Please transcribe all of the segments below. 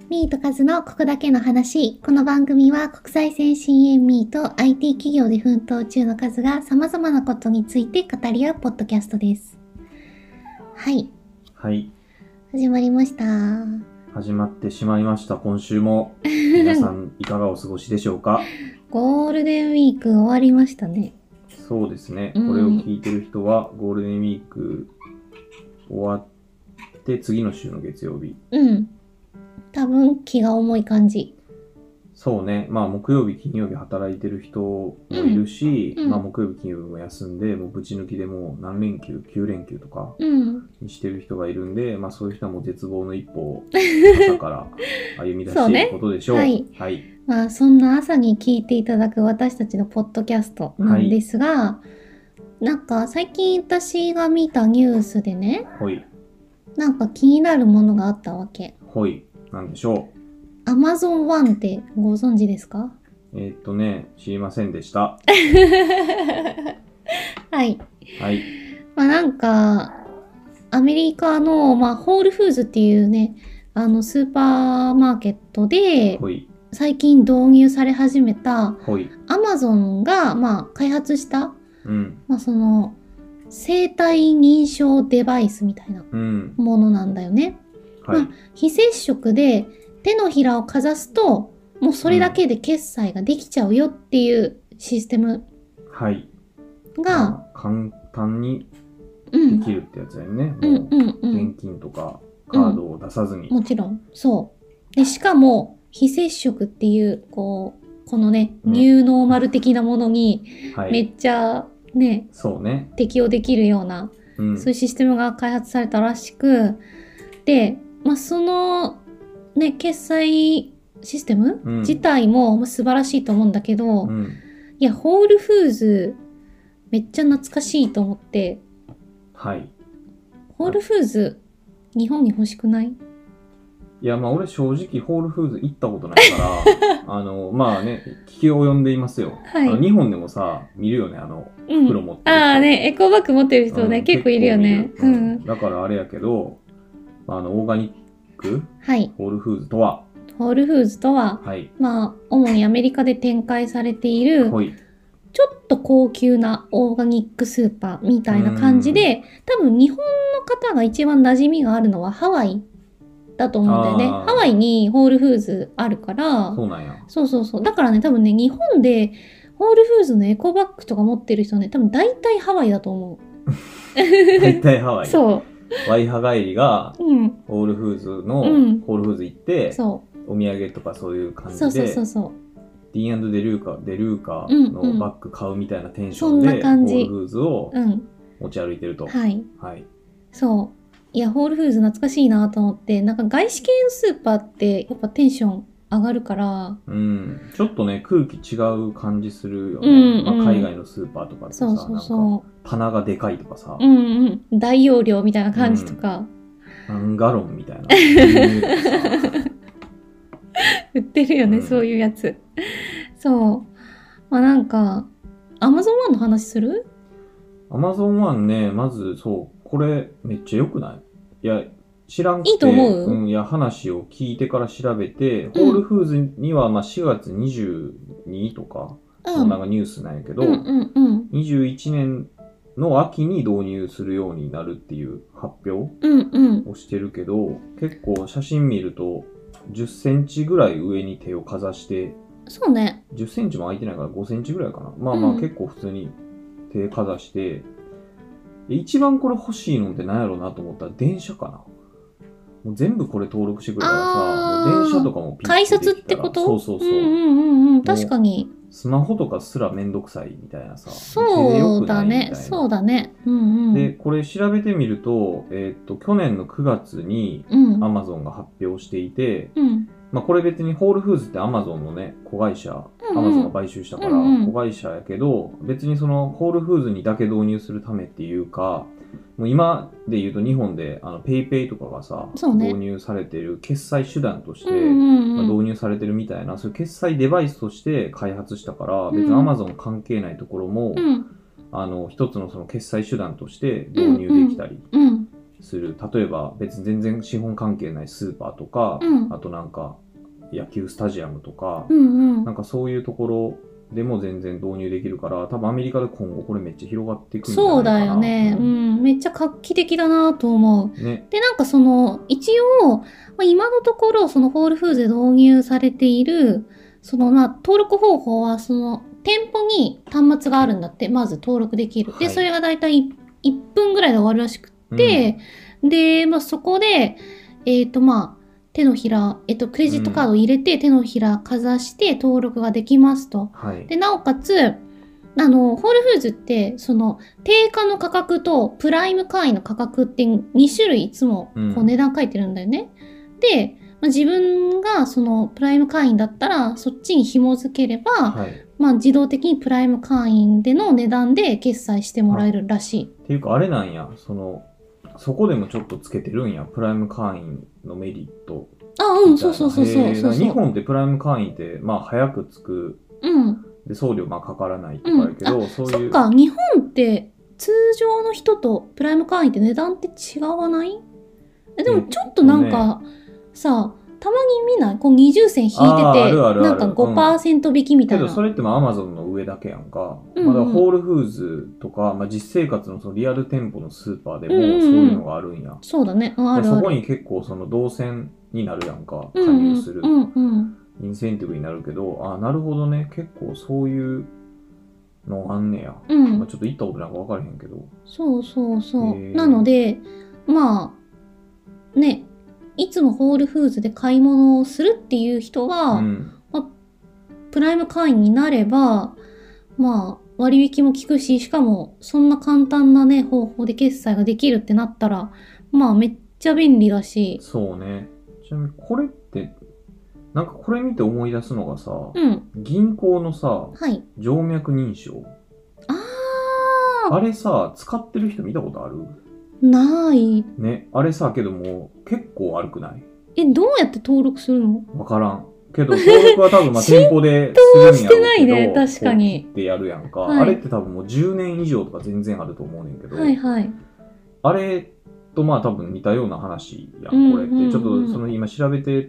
ミーとカズのここだけの話。この番組は国際線 CA ミーと IT 企業で奮闘中のカズが様々なことについて語り合うポッドキャストです。はい。 はい。 始まりました。 始まってしまいました。今週も皆さんいかがお過ごしでしょうか。 ゴールデンウィーク終わりましたね。 そうですね。これを聞いてる人はゴールデンウィーク終わって次の週の月曜日。 多分気が重い感じ。 そうね。まあ木曜日、金曜日働いてる人もいるし、まあ木曜日、金曜日も休んで、もうぶち抜きでもう何連休、9連休とかにしてる人がいるんで、まあそういう人はもう絶望の一歩を朝から歩み出していることでしょう。 はい。まあそんな朝に聞いていただく私たちのポッドキャストなんですが、なんか最近私が見たニュースでね、なんか気になるものがあったわけ。 なんでしょう。Amazon One ってご存知ですか？ 知りませんでした。 はい。 はい。 まあなんか、アメリカの、ホールフーズっていうね、スーパーマーケットで、最近導入され始めた、Amazon が、開発した、その、生体認証デバイスみたいなものなんだよね。非接触で手のひらをかざすともうそれだけで決済ができちゃうよっていうシステムが、 簡単にできるってやつだよね。もう現金とかカードを出さずに、 もちろんそうで、しかも非接触っていうこのね、ニューノーマル的なものにめっちゃね、適用できるような、そういうシステムが開発されたらしく、でそのね、決済システム、自体も素晴らしいと思うんだけど、いや、ホールフーズめっちゃ懐かしいと思って。ホールフーズ日本に欲しくない？いや、俺正直ホールフーズ行ったことないからまあね、聞き及んでいますよ。日本でもさ、見るよね、袋持ってる人。 エコバッグ持ってる人ね、結構いるよね。 だからあれやけど、オーガニック、ホールフーズとは、主にアメリカで展開されている、ちょっと高級なオーガニックスーパーみたいな感じで、多分日本の方が一番馴染みがあるのはハワイだと思うんだよね。ハワイにホールフーズあるから。 そうなんや。 そう。だからね、多分ね、日本でホールフーズのエコバッグとか持ってる人ね、多分大体ハワイだと思う。 大体ハワイ。 そう。 ワイハ帰りが、ホールフーズの、ホールフーズ行って、お土産とかそういう感じで、ディーン&デルーカのバッグ買うみたいなテンションで、ホールフーズを持ち歩いてると。 そう。いや、ホールフーズ懐かしいなと思って、なんか外資系のスーパーってやっぱテンション上がるから。 ちょっとね、空気違う感じするよね。海外のスーパーとかってさ、なんか棚がでかいとかさ、 大容量みたいな感じとか。 何ガロンみたいな。 売ってるよね、そういうやつ。そう。なんか、Amazon One の話する？ Amazon One ね、まずそう、これめっちゃ良くない？いや、知らんくて、 いいと思う？ いや、話を聞いてから調べて、ホールフーズには4月22とか、なんかニュースなんやけど、21年の秋に導入するようになるっていう発表をしてるけど、結構写真見ると10センチぐらい上に手をかざして、 そうね。 10センチも空いてないから5センチぐらいかな。結構普通に手かざして、一番これ欲しいのって何やろうなと思ったら電車かな。もう全部これ登録してくれたらさ、もう電車とかもピッてできたら。改札ってこと？ そう。 確かに。 スマホとかすらめんどくさいみたいなさ。 そうだね。 で、これ調べてみると、去年の9月に Amazon が発表していて、これ別にホールフーズって Amazon のね、子会社、Amazon が買収したから子会社やけど、別にそのホールフーズにだけ導入するためっていうか、もう今で言うと日本でPayPay とかがさ、導入されている決済手段として導入されてるみたいな、そういう決済デバイスとして開発したから、別に Amazon 関係ないところも、一つのその決済手段として導入できたりする、例えば別に全然資本関係ないスーパーとか、あとなんか野球スタジアムとか、なんかそういうところでも全然導入できるから、多分アメリカで今後これめっちゃ広がっていくんじゃないかな。 そうだよね。めっちゃ画期的だなと思う。ね、で、なんか一応、今のところ、ホールフーズで導入されている、登録方法は、店舗に端末があるんだって、まず登録できる。で、それがだいたい1分ぐらいで終わるらしくって、で、そこで、手のひら、クレジットカードを入れて、手のひらかざして登録ができますと。で、なおかつ、ホールフーズって、定価の価格とプライム会員の価格って2種類いつもこう値段書いてるんだよね。で、自分がプライム会員だったら、そっちに紐付ければ、自動的にプライム会員での値段で決済してもらえるらしい。 っていうか、あれなんや、そこでもちょっとつけてるんや、プライム会員のメリット。 そうそうそうそう。 日本ってプライム会員って、早くつく。で、送料かからないとかやけど、そういう。 そっか、日本って通常の人とプライム会員って値段って違わない？でもちょっとなんか、さ、たまに見ないこう20銭引いてて、なんか 5% 引きみたいな。 けどそれってAmazon の上だけやんか。まだホールフーズとか、実生活のリアル店舗のスーパーでもそういうのがあるんや。 そうだね。ある。 そこに結構動線になるやんか。加入する。インセンティブになるけど、なるほどね。結構そういうのあんねや。ちょっと行ったことなんか分からへんけど。 そうそうそう。なので、ね、いつもホールフーズで買い物をするっていう人は、プライム会員になれば、割引も効くし、しかもそんな簡単なね、方法で決済ができるってなったら、めっちゃ便利だし。 そうね。ちなみにこれって、なんかこれ見て思い出すのがさ、銀行のさ、静脈認証。あれさ、使ってる人見たことある？ ない。 ね、あれさ、けども結構悪くない？ どうやって登録するの？ わからん。けど、登録は多分店舗でするんやろうけど、 してないね、確かに。 ってやるやんか、あれって多分もう10年以上とか全然あると思うねんけど、あれと多分似たような話やん、これって。ちょっと今調べてって、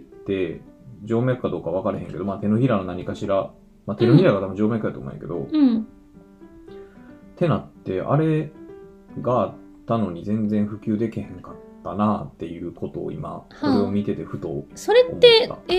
静脈かどうか分からへんけど、手のひらの何かしら、手のひらが多分静脈やと思うんやけど、ってなって、あれがあったのに全然普及できへんかったなっていうことを今、これを見ててふと思った。 それって、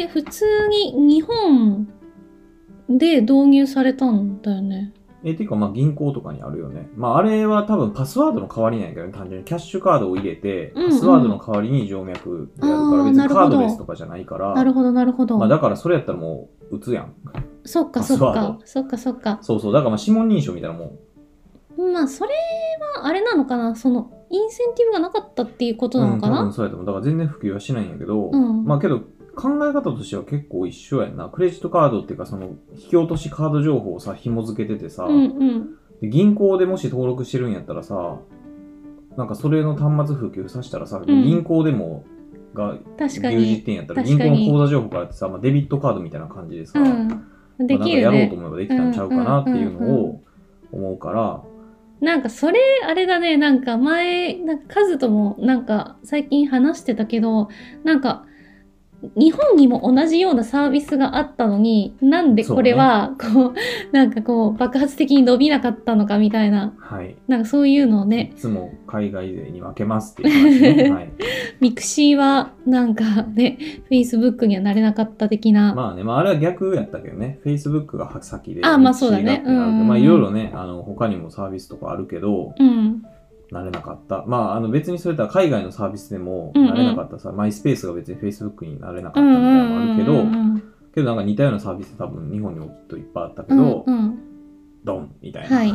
普通に日本で導入されたんだよね。 ていうか銀行とかにあるよね。あれは多分パスワードの代わりなんやけどね、単純にキャッシュカードを入れて、パスワードの代わりに静脈でやるから、別にカードレスとかじゃないから。 なるほど、なるほど。 だからそれやったらもう打つやん。 そっか、そっか。そっか、そっか。 そうそう。だから指紋認証みたいなもん。 それはあれなのかな、インセンティブがなかったっていうことなのかな。 多分そうやと思う。だから全然普及はしないんやけど、けど考え方としては結構一緒やんな。クレジットカードっていうか引き落としカード情報をさ、紐付けててさ、で銀行でもし登録してるんやったらさ、なんかそれの端末普及させたらさ、銀行でもが牛耳ってんやったら銀行の口座情報からってさ、デビットカードみたいな感じでさ、 できるね。 やろうと思えばできたんちゃうかなっていうのを思うから、 なんかそれあれだね、なんか前カズともなんか最近話してたけど、なんか日本にも同じようなサービスがあったのに、なんでこれはなんか爆発的に伸びなかったのかみたいな、なんかそういうのをね、 いつも海外勢に負けますっていう話ね。 ミクシーはなんかね、Facebook にはなれなかった的な。 あれは逆やったけどね、Facebook が先で。 そうだね。 いろいろね、他にもサービスとかあるけど、なれなかった。別にそれとは海外のサービスでもなれなかったさ、マイスペースが別に Facebook になれなかったみたいなのもあるけど、けどなんか似たようなサービス多分日本にもきっといっぱいあったけど、ドンみたいな。だ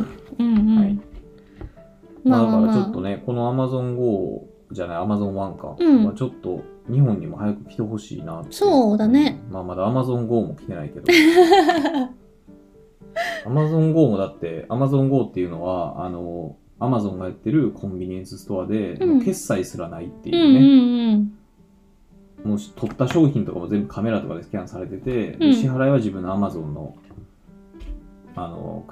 からちょっとね、この Amazon Go じゃない、Amazon One か。ちょっと日本にも早く来てほしいなって。 そうだね。 まだ Amazon Go も来てないけど。Amazon Go もだって、Amazon Go っていうのは、アマゾンがやってるコンビニエンスストアで、決済すらないっていうね。もう取った商品とかも全部カメラとかでスキャンされてて、支払いは自分のアマゾンの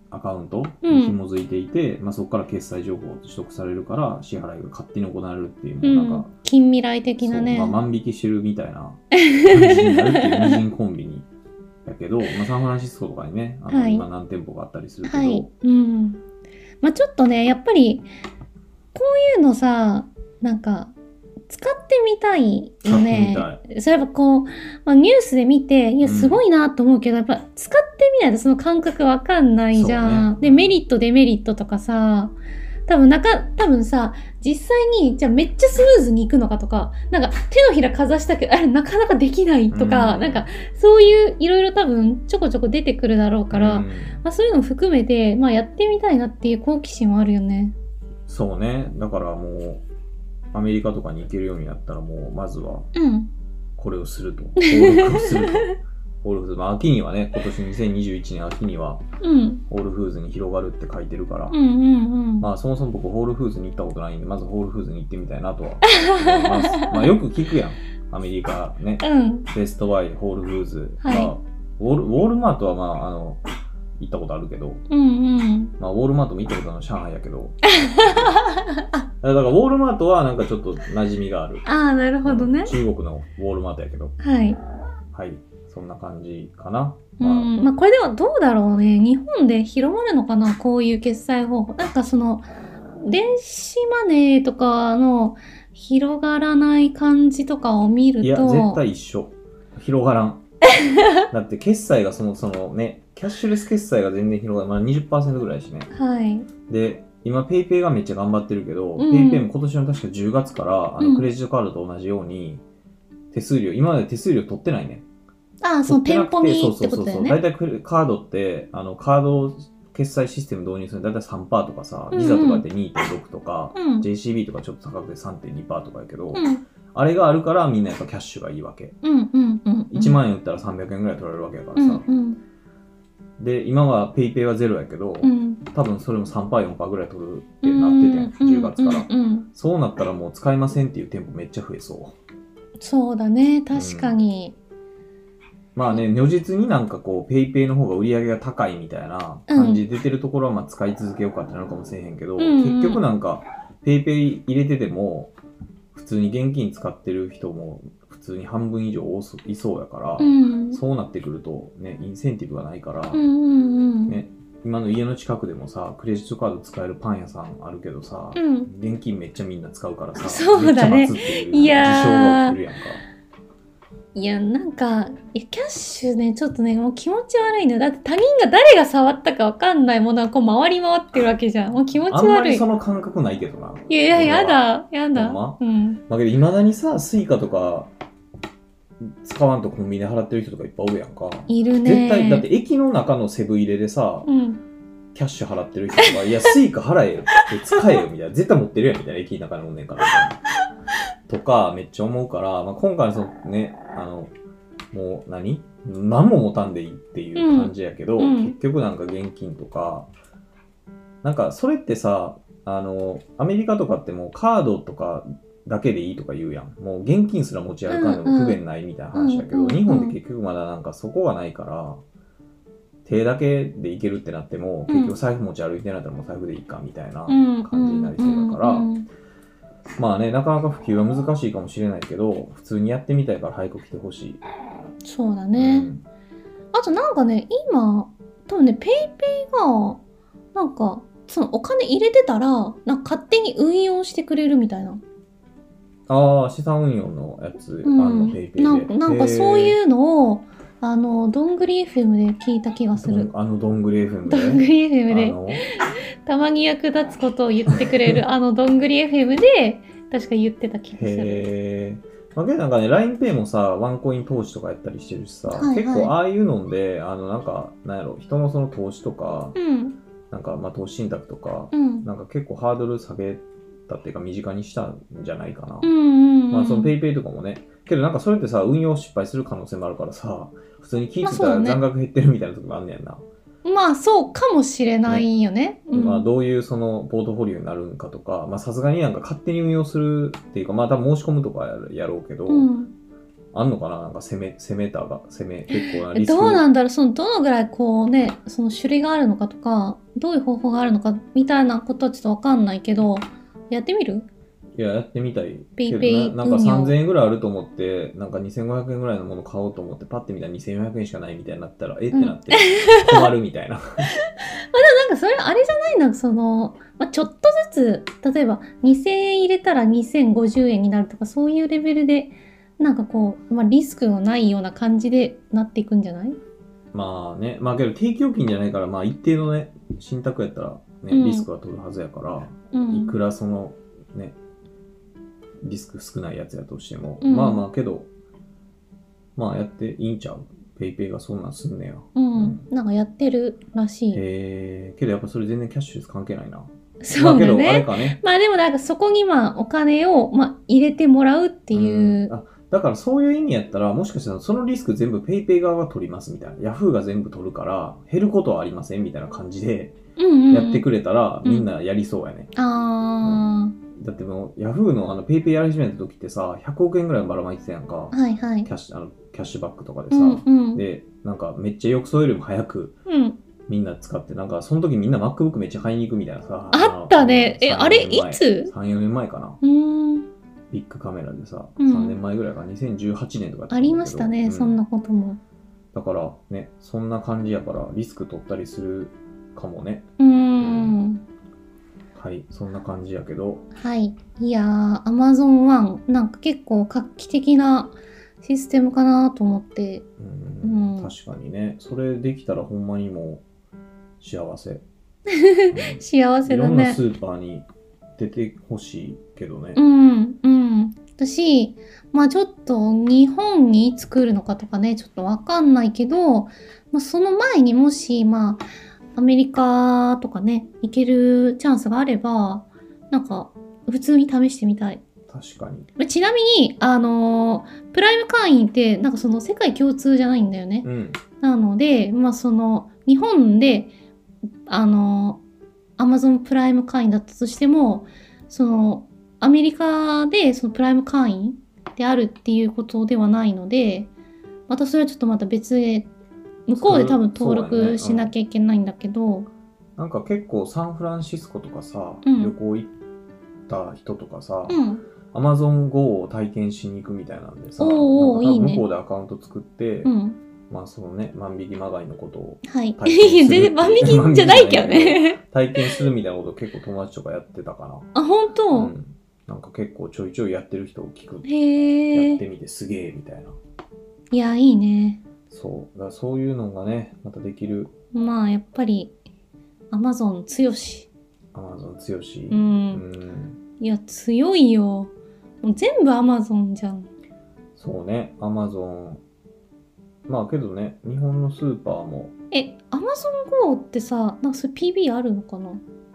アカウントに紐づいていて、まあ、そこから決済情報を取得されるから支払いが勝手に行われるっていう、もうなんか、 近未来的なね。 まあ、万引きしてるみたいな感じになるっていう二人コンビニやけど、まあ、サンフランシスコとかにね、今何店舗かあったりするけど、 まあ、ちょっとね、やっぱりこういうのさ、なんか使ってみたいよね。それやっぱこう、まあ、ニュースで見て、いや、すごいなと思うけど、やっぱ使ってみないとその感覚わかんないじゃん。で、メリット、デメリットとかさ、多分さ、実際に、じゃあめっちゃスムーズにいくのかとか、なんか手のひらかざしたけど、あれなかなかできないとか、なんかそういういろいろ多分ちょこちょこ出てくるだろうから、まあそういうのも含めて、まあやってみたいなっていう好奇心はあるよね。 そうね。だからもう、アメリカとかに行けるようになったらもうまずはこれをすると、登録をするとホールフーズ、まあ、秋にはね、今年2021年秋にはホールフーズに広がるって書いてるから、まあそもそも僕ホールフーズに行ったことないんで、まずホールフーズに行ってみたいなとは思います。まあよく聞くやん、アメリカね、ベストバイホールフーズが、ウォールマートはまあ行ったことあるけど、まあウォールマートも行ったことあるの上海やけどだからウォールマートはなんかちょっと馴染みがある。 ああ、なるほどね。 中国のウォールマートやけど。はい。はい。そんな感じかな。 まあこれではどうだろうね。日本で広まるのかな、こういう決済方法。なんかその、電子マネーとかの広がらない感じとかを見ると。 いや、絶対一緒。広がらん。だって決済がそのね、キャッシュレス決済が全然広がる。まあ 20% ぐらいだしね。はい。で、今 PayPay がめっちゃ頑張ってるけど、PayPay も今年の確か10月からクレジットカードと同じように手数料、今まで手数料取ってないね。 ああ、その店舗にってことだよね。 だいたいカードって、カード決済システム導入するのだいたい 3% とかさ、ビザとかって 2.6 とか、JCB とかちょっと高くて 3.2% とかやけど、あれがあるからみんなやっぱキャッシュがいいわけ。1万円売ったら300円ぐらい取られるわけやからさ。で、今は PayPay はゼロやけど、多分それも 3%、4% ぐらい取るってなってて、10月から。そうなったらもう使いませんっていう店舗めっちゃ増えそう。 そうだね、確かに。 まあね、如実になんかこう、PayPay の方が売り上げが高いみたいな感じで出てるところはまあ使い続けようかってなるかもしれへんけど、結局なんか PayPay 入れてても、普通に現金使ってる人も普通に半分以上いそうやから、そうなってくるとね、インセンティブがないから、ね、今の家の近くでもさ、クレジットカード使えるパン屋さんあるけどさ、現金めっちゃみんな使うからさ、 そうだね、 めっちゃ待つっていう事象が起きるやんか。 いや、なんか、キャッシュね、ちょっとね、もう気持ち悪いのよ。だって他人が誰が触ったかわかんないものがこう回り回ってるわけじゃん。もう気持ち悪い。 あんまりその感覚ないけどな。 いや、やだ。 まあけど、未だにさ、スイカとか、使わんとコンビニで払ってる人とかいっぱいおるやんか。 いるね。 絶対、だって駅の中のセブン入れでさ、キャッシュ払ってる人とか、いや、スイカ払えよ、使えよ、みたいな。絶対持ってるやん、みたいな。駅の中におんねんから、みたいな。とか、めっちゃ思うから、まあ、今回のそのね、もう何も持たんでいいっていう感じやけど、結局なんか現金とか、なんかそれってさ、アメリカとかってもうカードとかだけでいいとか言うやん。もう現金すら持ち歩かんでも不便ないみたいな話だけど、日本で結局まだなんかそこがないから、手だけでいけるってなっても、結局財布持ち歩いてなったらもう財布でいいかみたいな感じになりそうだから、まあね、なかなか普及は難しいかもしれないけど、普通にやってみたいから早く来てほしい。 そうだね。あとなんかね、今、多分ね、ペイペイが、なんか、そのお金入れてたら、なんか勝手に運用してくれるみたいな。 ああ、資産運用のやつ、ペイペイで。 なんかそういうのを、どんぐり FM で聞いた気がする。 どんぐり FM で。どんぐり FM で。たまに役立つことを言ってくれる、どんぐり FM で、確か言ってた気がする。 へー。まあ、けどなんかね、LINEPay もさ、ワンコイン投資とかやったりしてるしさ、結構ああいうので、なんか、なんやろ、人のその投資とか、なんか、まあ、投資信託とか、なんか結構ハードル下げたっていうか、身近にしたんじゃないかな。まあ、その PayPay とかもね、けどなんかそれってさ、運用失敗する可能性もあるからさ、普通に聞いてたら残額減ってるみたいなとこもあんねんな。 まあそうかもしれないよね。 まあどういうそのポートフォリオになるんかとか、まあさすがになんか勝手に運用するっていうか、まあ多分申し込むとかやろうけど、 あんのかな、なんか結構なリスク。 どうなんだろう、どのぐらいこうね、その種類があるのかとか、どういう方法があるのかみたいなことはちょっとわかんないけど、やってみる？ いや、やってみたい。 ペイペイなんか3000円ぐらいあると思って、なんか2500円ぐらいのもの買おうと思って、パッて見たら2400円しかないみたいになったら、ってなって、困るみたいな。 まあでもなんかそれあれじゃないな、ちょっとずつ、例えば2000円入れたら2050円になるとか、そういうレベルで、なんかこう、リスクのないような感じでなっていくんじゃない？ まあね、まあけど定期預金じゃないから、まあ一定のね、信託やったらね、リスクは取るはずやから、いくらそのね、リスク少ないやつやとしても、まあまあけど、まあやっていいんちゃう？ペイペイがそんなんすんねや。 なんかやってるらしい。 けどやっぱそれ全然キャッシュレス関係ないな。 そうだね。 まあけどあれかね。 まあでもなんかそこにお金を入れてもらうっていう。 だからそういう意味やったら、もしかしたらそのリスク全部ペイペイ側が取りますみたいな。ヤフーが全部取るから減ることはありませんみたいな感じでやってくれたら、みんなやりそうやね。だってもうヤフーのペイペイやり始めた時ってさ、100億円ぐらいばらまいてたやんか。 はいはい。 キャッシュバックとかでさ。で、なんかめっちゃ予想よりも早くみんな使って、なんかその時みんな MacBook めっちゃ買いに行くみたいなさ。 あったね。あれいつ？ 3、4年前かな。ビッグカメラでさ、3年前ぐらいか、2018年とかありましたね、そんなことも。 だからね、そんな感じやからリスク取ったりするかもね。はい、そんな感じやけど。 はい。いやー、Amazon One、なんか結構画期的なシステムかなと思って。 確かにね。それできたらほんまにもう幸せ。 幸せだね。いろんなスーパーに出てほしいけどね。 私、ちょっと日本に作るのかとかね、ちょっとわかんないけど、その前にもし、アメリカとかね、行けるチャンスがあれば、なんか、普通に試してみたい。 確かに。 ちなみに、プライム会員って、なんかその世界共通じゃないんだよね。なので、日本で、Amazon プライム会員だったとしても、アメリカでそのプライム会員であるっていうことではないので、またそれはちょっとまた別で、向こうで多分登録しなきゃいけないんだけど、 なんか結構サンフランシスコとかさ、旅行行った人とかさ、Amazon Go を体験しに行くみたいなんでさ、なんか多分向こうでアカウント作って、そのね、万引きまがいのことを体験する。全然万引きじゃないけどね。 体験するみたいなことを結構友達とかやってたかな。 あ、本当？ なんか結構ちょいちょいやってる人を聞く。 へやってみてすげえみたいな。 いや、いいね。 そう。だからそういうのがね、またできる。 やっぱり、Amazon 強し。 Amazon 強し。 いや、強いよ。もう全部 Amazon じゃん。 そうね、Amazon。けどね、日本のスーパーも。 Amazon Go ってさ、なんかそれ PB あるのかな？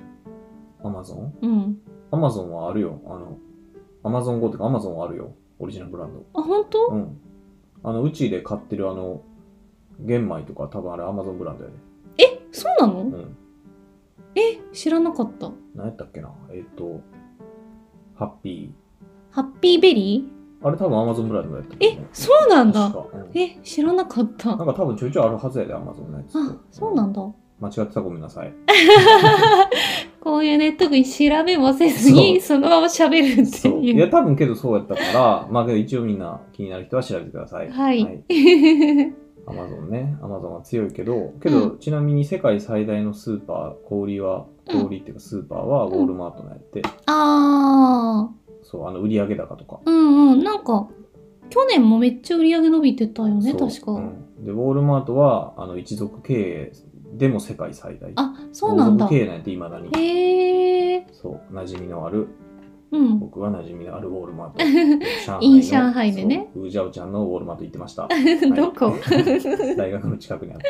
Amazon？ Amazon はあるよ。Amazon Go ってか Amazon はあるよ。オリジナルブランド。 あ、本当？ うちで買ってる玄米とか多分あれ Amazon ブランドやで。 そうなの？知らなかった。 何やったっけな？ハッピーベリー？ あれ多分 Amazon ブランドやった。 そうなんだ。知らなかった。 なんか多分ちょいちょいあるはずやで、Amazon のやつ。 あ、そうなんだ。 間違ってたらごめんなさい。 こういうね、特に調べもせずに、そのまま喋るっていう。 いや、多分けどそうやったから、けど一応みんな気になる人は調べてください。 はい。 Amazon ね。Amazon は強いけど、ちなみに世界最大のスーパー、小売っていうかスーパーはウォールマートのやって。そう、売上高とか。 なんか、去年もめっちゃ売上伸びてたよね、確か。 で、ウォールマートは、一族経営でも世界最大。 あ、そうなんだ。 一族経営なんて未だに。そう、馴染みのある。僕は馴染みのあるウォールマート。 いい上海でね。 ウージャオちゃんのウォールマート行ってました。 どこ？ 大学の近くにあって。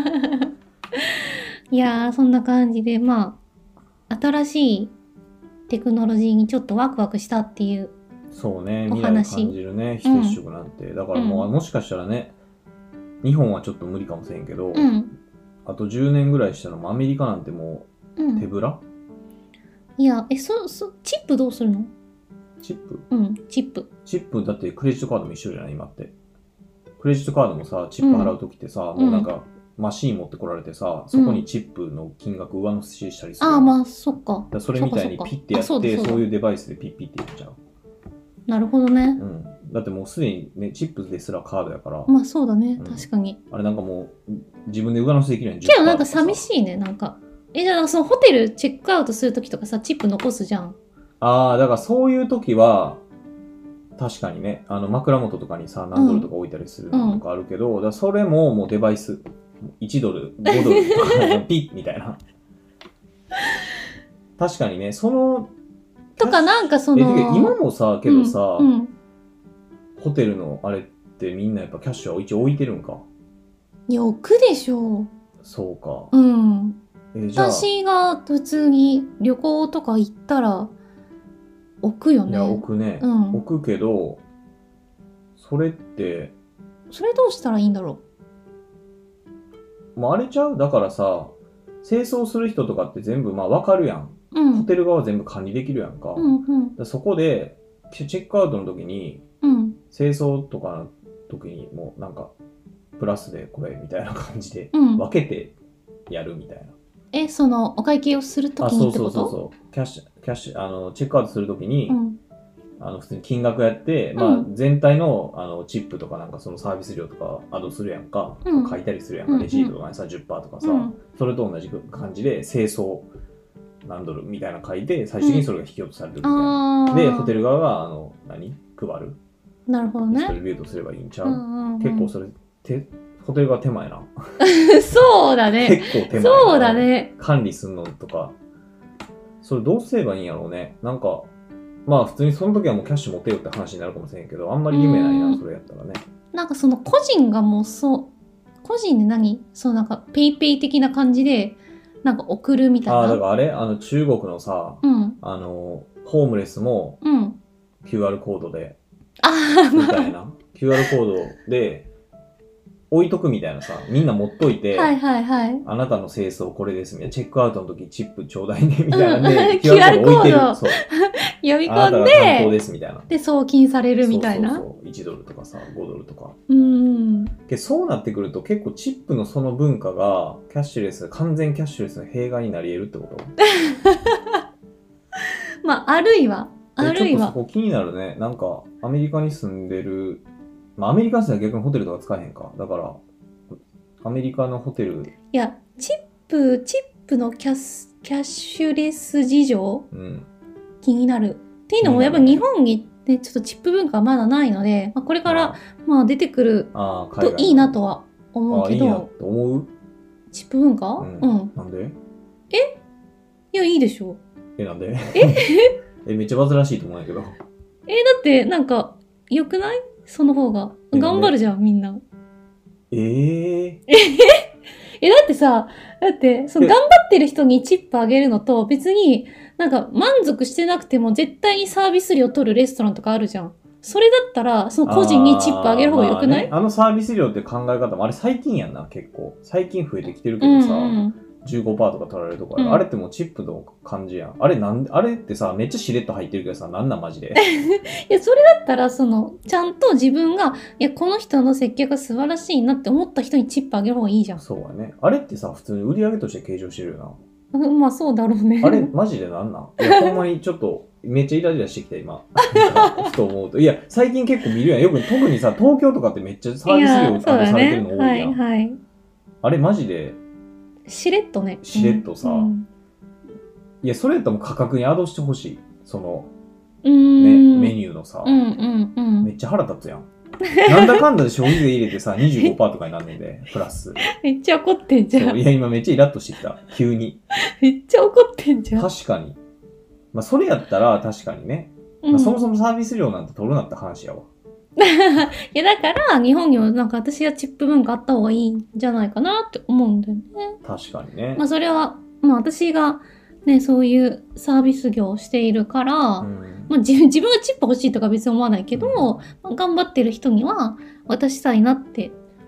いやー、そんな感じで、新しいテクノロジーにちょっとワクワクしたっていう。 そうね、未来を感じるね、非接触なんて。だからもしかしたらね、日本はちょっと無理かもしれんけど、あと10年ぐらいしたらアメリカなんてもう手ぶら？ いや、チップどうするの？ チップ？ うん、チップ。 チップだってクレジットカードも一緒じゃない今って。クレジットカードもさ、チップ払うときってさ、もうなんか、マシーン持ってこられてさ、そこにチップの金額上乗せしたりする。 ああ、まあ、そっか。 それみたいにピッてやって、そういうデバイスでピッピッてやっちゃう。 なるほどね。 うん。だってもうすでにね、チップですらカードやから。 まあそうだね、確かに。 あれなんかもう、自分で上乗せできるやん。 けどなんか寂しいね、なんか。じゃあそのホテルチェックアウトするときとかさ、チップ残すじゃん。 ああ、だからそういうときは、確かにね、枕元とかにさ、何ドルとか置いたりするのとかあるけど、だからそれももうデバイス、1ドル、5ドルとか、ピッみたいな。確かにね、 とかなんかその、 今もさ、けどさ、ホテルのあれってみんなやっぱキャッシュは一応置いてるんか。 いや、置くでしょう。 そうか。 うん。私が普通に旅行とか行ったら、置くよね。 いや、置くね。置くけど、それどうしたらいいんだろう。もうあれちゃう？だからさ、清掃する人とかって全部まあ分かるやん。ホテル側全部管理できるやんか。そこで、チェックアウトの時に、清掃とかの時にもうなんか、プラスでこれみたいな感じで、分けてやるみたいな。 そのお会計をするときにってこと？ そうキャッシュチェックアウトするときに、普通に金額やって、まあ全体のチップとかなんかそのサービス料とかアドするやんか、書いたりするやんか、レシートとかにさ 10% とかさ、それと同じ感じで清掃何ドルみたいな書いて最終的にそれが引き落とされてるみたいな、でホテル側が配る。 なるほどね。 ディストリビュートすればいいんちゃう？結構それホテルが手前な。 そうだね。 結構手前。 そうだね。 管理すんのとか。それどうすればいいんやろうね。なんか、まあ普通にその時はもうキャッシュ持てよって話になるかもしれんけど、あんまり夢ないな、それやったらね。 なんかその個人がもう個人でそうなんかペイペイ的な感じで、なんか送るみたいな。 だからあれ中国のさ、ホームレスも、QR コードで、みたいな。QR コードで、置いとくみたいなさ、みんな持っといて、あなたの清掃これですみたいな、チェックアウトの時チップちょうだいねみたいなで、QR コード置いてる。そう。 呼び込んで、 あなたが担当ですみたいな。 で、送金されるみたいな。 そう。1ドルとかさ、5ドルとか。そうなってくると結構チップのその文化が、完全キャッシュレスの弊害になり得るってことまあ、あるいは。 ちょっとそこ気になるね。なんか、アメリカに住んでる、まあ、アメリカ人は逆にホテルとか使えへんか。だから、アメリカのホテル。 いや、チップのキャッシュレス事情、気になる。っていうのも、やっぱ日本にね、ちょっとチップ文化はまだないので、これから、まあ出てくるといいなとは思うけど。いいなと思う？ チップ文化？ なんで？ いや、いいでしょ。 なんで？めっちゃ煩わしいと思うんやけど。だって、なんか、良くない？その方が。頑張るじゃん、みんな。だってさ、その頑張ってる人にチップあげるのと、別になんか満足してなくても絶対にサービス料取るレストランとかあるじゃん。それだったら、その個人にチップあげる方が良くない？ サービス料って考え方も、あれ最近やんな、結構。最近増えてきてるけどさ、15% とか取られるとこあれってもうチップの感じやん。あれってさ、めっちゃしれっと入ってるけどさ、なんマジで。 いや、それだったら、ちゃんと自分が、この人の接客が素晴らしいなって思った人にチップあげる方がいいじゃん。 そうだね。あれってさ、普通に売り上げとして計上してるよな。まあそうだろうね。 あれ、マジでなんいや、ほんまにちょっと、めっちゃイライラしてきた、今。ふと思うと。いや、最近結構見るやん。特にさ、東京とかってめっちゃサービス料されてるの多いやん。あれ、マジで、 しれっとね。 しれっとさ、いや、それやったらもう価格にアドしてほしい。メニューのさ、めっちゃ腹立つやん。なんだかんだで消費税入れてさ、25% とかになんねんで、プラス。 めっちゃ怒ってんじゃん。 いや、今めっちゃイラッとしてきた。急に。 めっちゃ怒ってんじゃん。 確かに。まあ、それやったら確かにね。そもそもサービス料なんて取るなって話やわ。 いや、だから、日本にもなんか私はチップ文化あった方がいいんじゃないかなって思うんだよね。 確かにね。 まあ、それは、まあ私がね、そういうサービス業をしているから、まあ自分がチップ欲しいとか別に思わないけど、まあ、頑張ってる人には渡したいなって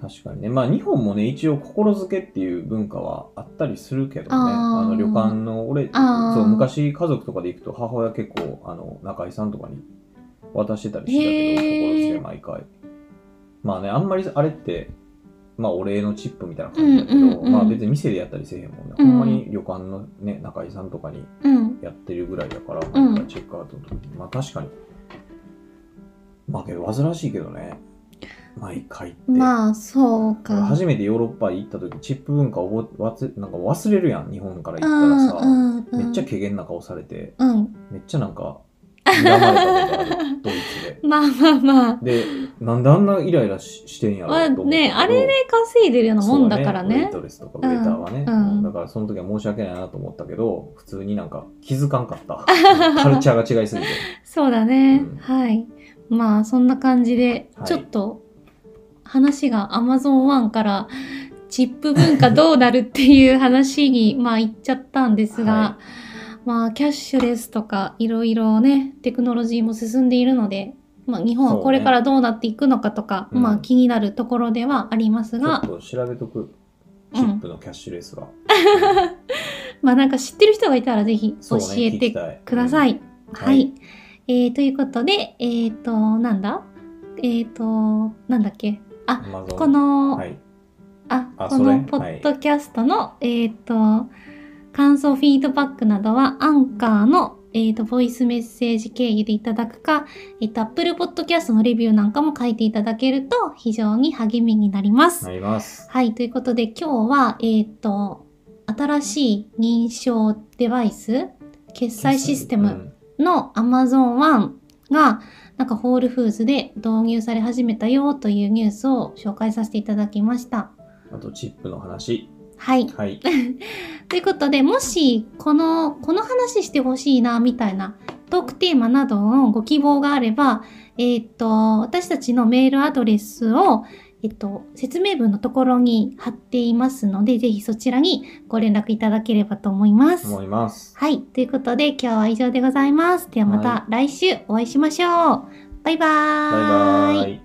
確かにね。まあ日本もね、一応心づけっていう文化はあったりするけどね。旅館の、そう昔家族とかで行くと母親結構、中井さんとかに渡してたりしてたけど、心づけ毎回。まあね、あんまりあれって、まあお礼のチップみたいな感じだけど、まあ別に店でやったりせえへんもんね。ほんまに旅館のね、中井さんとかにやってるぐらいだから、毎回チェックアウトの時に。まあ確かに。まあけど煩わしいけどね。毎回って。 まあそうか。 初めてヨーロッパに行った時、チップ文化をなんか忘れるやん、日本から行ったらさ。めっちゃ怪げな顔されて、めっちゃなんか、睨まれたことある、ドイツで。 まあまあまあ。 で、なんであんなイライラしてんやろと思ったけど。 ね、あれで稼いでるようなもんだからね。 ウェイトレスとかウェイターはね。だからその時は申し訳ないなと思ったけど、普通になんか気づかんかった。カルチャーが違いすぎて。 そうだね。はい。まあそんな感じで、ちょっと話が Amazon One からチップ文化どうなるっていう話にまあ行っちゃったんですが、まあキャッシュレスとかいろいろね、テクノロジーも進んでいるので、まあ日本はこれからどうなっていくのかとか、まあ気になるところではありますが。 ちょっと調べとく。チップのキャッシュレスは。 まあなんか知ってる人がいたらぜひ教えてください。はい。ということで、なんだなんだっけ。この、このポッドキャストの、感想、フィードバックなどは、アンカーの、ボイスメッセージ経由でいただくか、Apple Podcast のレビューなんかも書いていただけると非常に励みになります。はい、ということで今日は、新しい認証デバイス、決済システムの Amazon One が、なんかホールフーズで導入され始めたよというニュースを紹介させていただきました。 あとチップの話。 はい。 はい。 ということで、もしこの話してほしいなみたいなトークテーマなどのご希望があれば、私たちのメールアドレスを説明文のところに貼っていますので、ぜひそちらにご連絡いただければと思います。はい。ということで、今日は以上でございます。ではまた来週お会いしましょう。バイバーイ。バイバーイ。